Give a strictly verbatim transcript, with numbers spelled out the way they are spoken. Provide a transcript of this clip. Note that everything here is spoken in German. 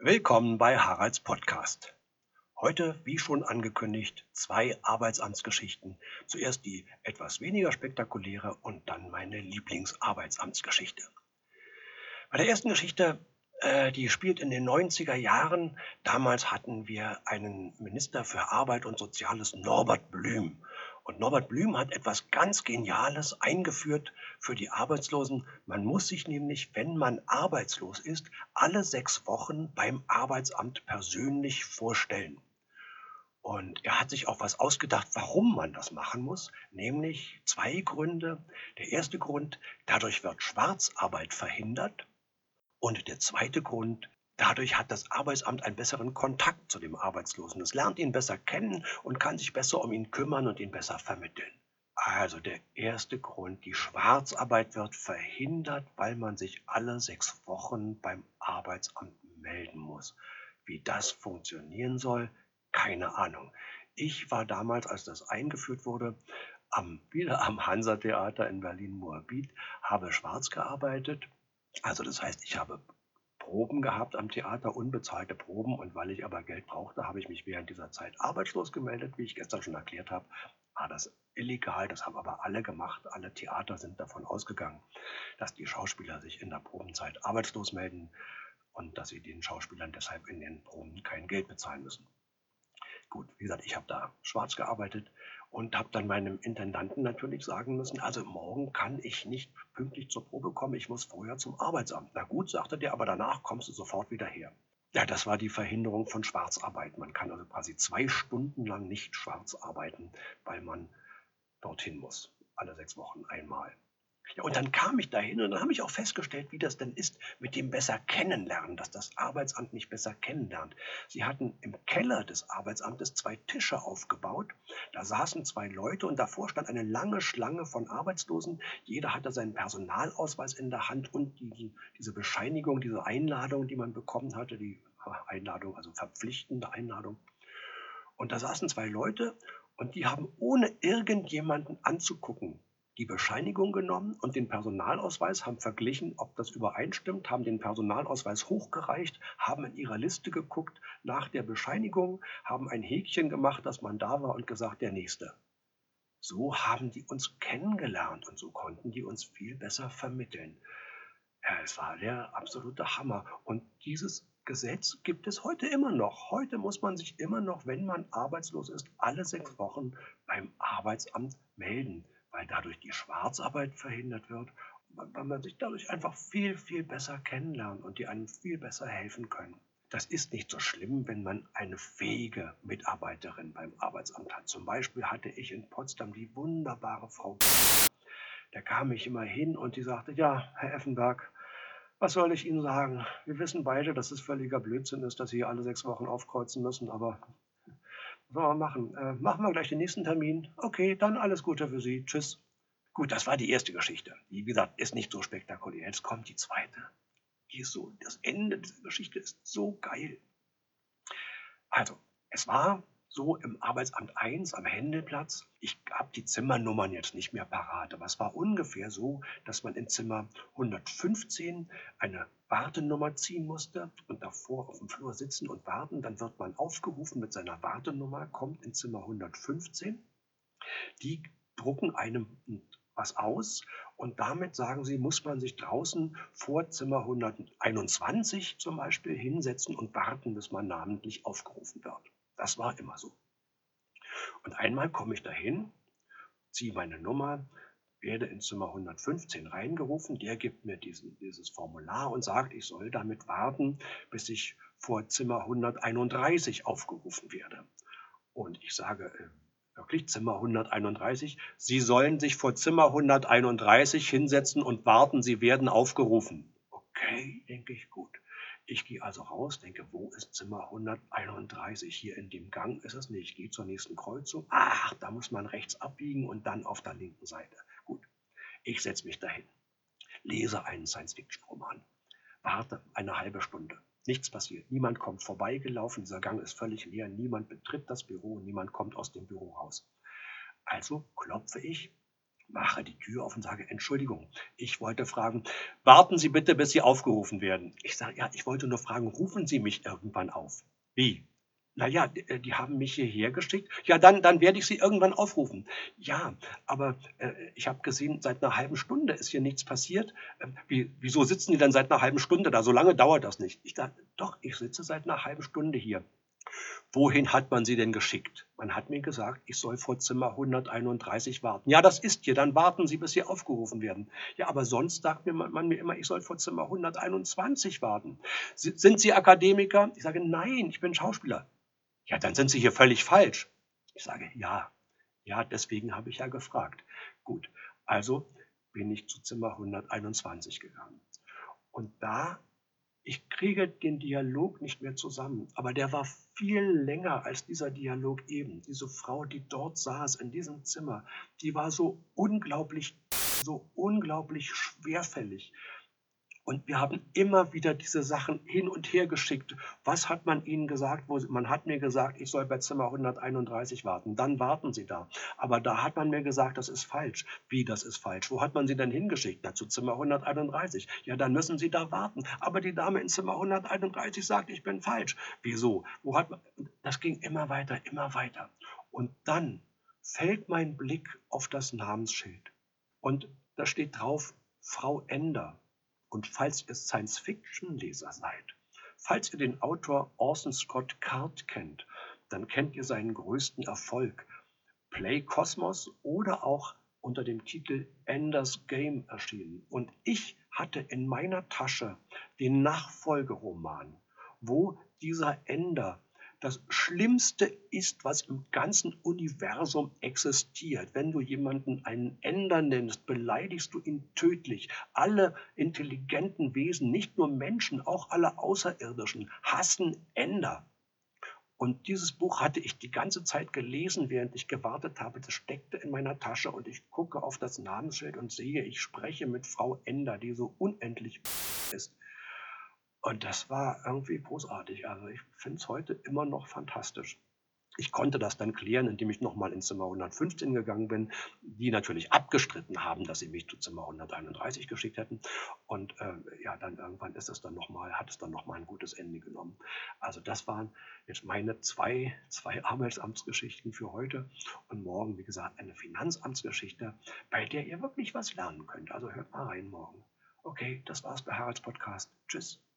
Willkommen bei Haralds Podcast. Heute, wie schon angekündigt, zwei Arbeitsamtsgeschichten. Zuerst die etwas weniger spektakuläre und dann meine Lieblingsarbeitsamtsgeschichte. Bei der ersten Geschichte, äh, die spielt in den neunziger Jahren. Damals hatten wir einen Minister für Arbeit und Soziales, Norbert Blüm. Und Norbert Blüm hat etwas ganz Geniales eingeführt für die Arbeitslosen. Man muss sich nämlich, wenn man arbeitslos ist, alle sechs Wochen beim Arbeitsamt persönlich vorstellen. Und er hat sich auch was ausgedacht, warum man das machen muss, nämlich zwei Gründe. Der erste Grund, dadurch wird Schwarzarbeit verhindert. Und der zweite Grund, dadurch hat das Arbeitsamt einen besseren Kontakt zu dem Arbeitslosen. Es lernt ihn besser kennen und kann sich besser um ihn kümmern und ihn besser vermitteln. Also der erste Grund, die Schwarzarbeit wird verhindert, weil man sich alle sechs Wochen beim Arbeitsamt melden muss. Wie das funktionieren soll, keine Ahnung. Ich war damals, als das eingeführt wurde, am, wieder am Hansa-Theater in Berlin-Moabit, habe schwarz gearbeitet. Also das heißt, ich habe Proben gehabt am Theater, unbezahlte Proben. Und weil ich aber Geld brauchte, habe ich mich während dieser Zeit arbeitslos gemeldet. Wie ich gestern schon erklärt habe, war das illegal. Das haben aber alle gemacht. Alle Theater sind davon ausgegangen, dass die Schauspieler sich in der Probenzeit arbeitslos melden und dass sie den Schauspielern deshalb in den Proben kein Geld bezahlen müssen. Gut, wie gesagt, ich habe da schwarz gearbeitet und habe dann meinem Intendanten natürlich sagen müssen, also morgen kann ich nicht pünktlich zur Probe kommen, ich muss vorher zum Arbeitsamt. Na gut, sagte der, aber danach kommst du sofort wieder her. Ja, das war die Verhinderung von Schwarzarbeit. Man kann also quasi zwei Stunden lang nicht schwarz arbeiten, weil man dorthin muss, alle sechs Wochen einmal. Ja, und dann kam ich dahin und dann habe ich auch festgestellt, wie das denn ist mit dem besser kennenlernen, dass das Arbeitsamt mich besser kennenlernt. Sie hatten im Keller des Arbeitsamtes zwei Tische aufgebaut. Da saßen zwei Leute und davor stand eine lange Schlange von Arbeitslosen. Jeder hatte seinen Personalausweis in der Hand und die, diese Bescheinigung, diese Einladung, die man bekommen hatte, die Einladung, also verpflichtende Einladung. Und da saßen zwei Leute und die haben ohne irgendjemanden anzugucken die Bescheinigung genommen und den Personalausweis, haben verglichen, ob das übereinstimmt, haben den Personalausweis hochgereicht, haben in ihrer Liste geguckt nach der Bescheinigung, haben ein Häkchen gemacht, dass man da war und gesagt, der Nächste. So haben die uns kennengelernt und so konnten die uns viel besser vermitteln. Ja, es war der absolute Hammer. Und dieses Gesetz gibt es heute immer noch. Heute muss man sich immer noch, wenn man arbeitslos ist, alle sechs Wochen beim Arbeitsamt melden, weil dadurch die Schwarzarbeit verhindert wird, weil man sich dadurch einfach viel, viel besser kennenlernt und die einem viel besser helfen können. Das ist nicht so schlimm, wenn man eine fähige Mitarbeiterin beim Arbeitsamt hat. Zum Beispiel hatte ich in Potsdam die wunderbare Frau. Da kam ich immer hin und die sagte, ja, Herr Effenberg, was soll ich Ihnen sagen? Wir wissen beide, dass es völliger Blödsinn ist, dass Sie hier alle sechs Wochen aufkreuzen müssen, aber was soll man machen? Äh, machen wir gleich den nächsten Termin. Okay, dann alles Gute für Sie. Tschüss. Gut, das war die erste Geschichte. Die, wie gesagt, ist nicht so spektakulär. Jetzt kommt die zweite. Die ist so, das Ende dieser Geschichte ist so geil. Also, es war so im Arbeitsamt eins am Händelplatz. Ich habe die Zimmernummern jetzt nicht mehr parat, aber es war ungefähr so, dass man in Zimmer hundertfünfzehn eine Wartenummer ziehen musste und davor auf dem Flur sitzen und warten. Dann wird man aufgerufen mit seiner Wartenummer, kommt in Zimmer hundertfünfzehn. Die drucken einem was aus und damit, sagen sie, muss man sich draußen vor Zimmer hunderteinundzwanzig zum Beispiel hinsetzen und warten, bis man namentlich aufgerufen wird. Das war immer so. Und einmal komme ich dahin, ziehe meine Nummer, werde in Zimmer hundertfünfzehn reingerufen, der gibt mir diesen, dieses Formular und sagt, ich soll damit warten, bis ich vor Zimmer hunderteinunddreißig aufgerufen werde. Und ich sage, äh, wirklich Zimmer hunderteinunddreißig, Sie sollen sich vor Zimmer hunderteinunddreißig hinsetzen und warten, Sie werden aufgerufen. Okay, denke ich, gut. Ich gehe also raus, denke, wo ist Zimmer hunderteinunddreißig? Hier in dem Gang ist es nicht. Ich gehe zur nächsten Kreuzung. Ach, da muss man rechts abbiegen und dann auf der linken Seite. Gut, ich setze mich dahin, lese einen Science-Fiction-Roman, warte eine halbe Stunde. Nichts passiert. Niemand kommt vorbeigelaufen. Dieser Gang ist völlig leer. Niemand betritt das Büro. Niemand kommt aus dem Büro raus. Also klopfe ich mache die Tür auf und sage: „Entschuldigung, ich wollte fragen, warten Sie bitte, bis Sie aufgerufen werden." Ich sage: „Ja, ich wollte nur fragen, rufen Sie mich irgendwann auf?" „Wie?" „Na ja, d äh, die haben mich hierher geschickt." „Ja, dann dann werde ich Sie irgendwann aufrufen." „Ja, aber, äh, ich habe gesehen, seit einer halben Stunde ist hier nichts passiert. Ähm, wie wieso sitzen die denn seit einer halben Stunde da? So lange dauert das nicht." Ich sage: „Doch, ich sitze seit einer halben Stunde hier." „Wohin hat man Sie denn geschickt?" „Man hat mir gesagt, ich soll vor Zimmer hunderteinunddreißig warten." „Ja, das ist hier, dann warten Sie, bis Sie aufgerufen werden." „Ja, aber sonst sagt mir man man mir immer, ich soll vor Zimmer hunderteinundzwanzig warten." „Si Sind Sie Akademiker?" Ich sage: „Nein, ich bin Schauspieler." „Ja, dann sind Sie hier völlig falsch." Ich sage: „Ja, ja, deswegen habe ich ja gefragt." Gut, also bin ich zu Zimmer hunderteinundzwanzig gegangen. Und da ich kriege den Dialog nicht mehr zusammen, aber der war viel länger als dieser Dialog eben. Diese Frau, die dort saß in diesem Zimmer, die war so unglaublich so unglaublich schwerfällig. Und wir haben immer wieder diese Sachen hin und her geschickt. Was hat man Ihnen gesagt? Wo man hat mir gesagt, ich soll bei Zimmer hunderteinunddreißig warten. Dann warten Sie da. Aber da hat man mir gesagt, das ist falsch. Wie, das ist falsch? Wo hat man Sie denn hingeschickt? Na, zu Zimmer hunderteinunddreißig. Ja, dann müssen Sie da warten. Aber die Dame in Zimmer hunderteinunddreißig sagt, ich bin falsch. Wieso? Wo hat man... Das ging immer weiter, immer weiter. Und dann fällt mein Blick auf das Namensschild. Und da steht drauf, Frau Ender. Und falls ihr Science-Fiction-Leser seid, falls ihr den Autor Orson Scott Card kennt, dann kennt ihr seinen größten Erfolg, Play Cosmos, oder auch unter dem Titel Ender's Game erschienen. Und ich hatte in meiner Tasche den Nachfolgeroman, wo dieser Ender das Schlimmste ist, was im ganzen Universum existiert. Wenn du jemanden einen Ender nennst, beleidigst du ihn tödlich. Alle intelligenten Wesen, nicht nur Menschen, auch alle Außerirdischen, hassen Ender. Und dieses Buch hatte ich die ganze Zeit gelesen, während ich gewartet habe. Das steckte in meiner Tasche und ich gucke auf das Namensschild und sehe, ich spreche mit Frau Ender, die so unendlich ist. Und das war irgendwie großartig. Also ich finde es heute immer noch fantastisch. Ich konnte das dann klären, indem ich nochmal ins Zimmer hundertfünfzehn gegangen bin, die natürlich abgestritten haben, dass sie mich zu Zimmer hunderteinunddreißig geschickt hätten. Und äh, ja, dann irgendwann ist es dann noch mal, hat es dann nochmal ein gutes Ende genommen. Also das waren jetzt meine zwei, zwei Arbeitsamtsgeschichten für heute. Und morgen, wie gesagt, eine Finanzamtsgeschichte, bei der ihr wirklich was lernen könnt. Also hört mal rein morgen. Okay, das war's bei Haralds Podcast. Tschüss.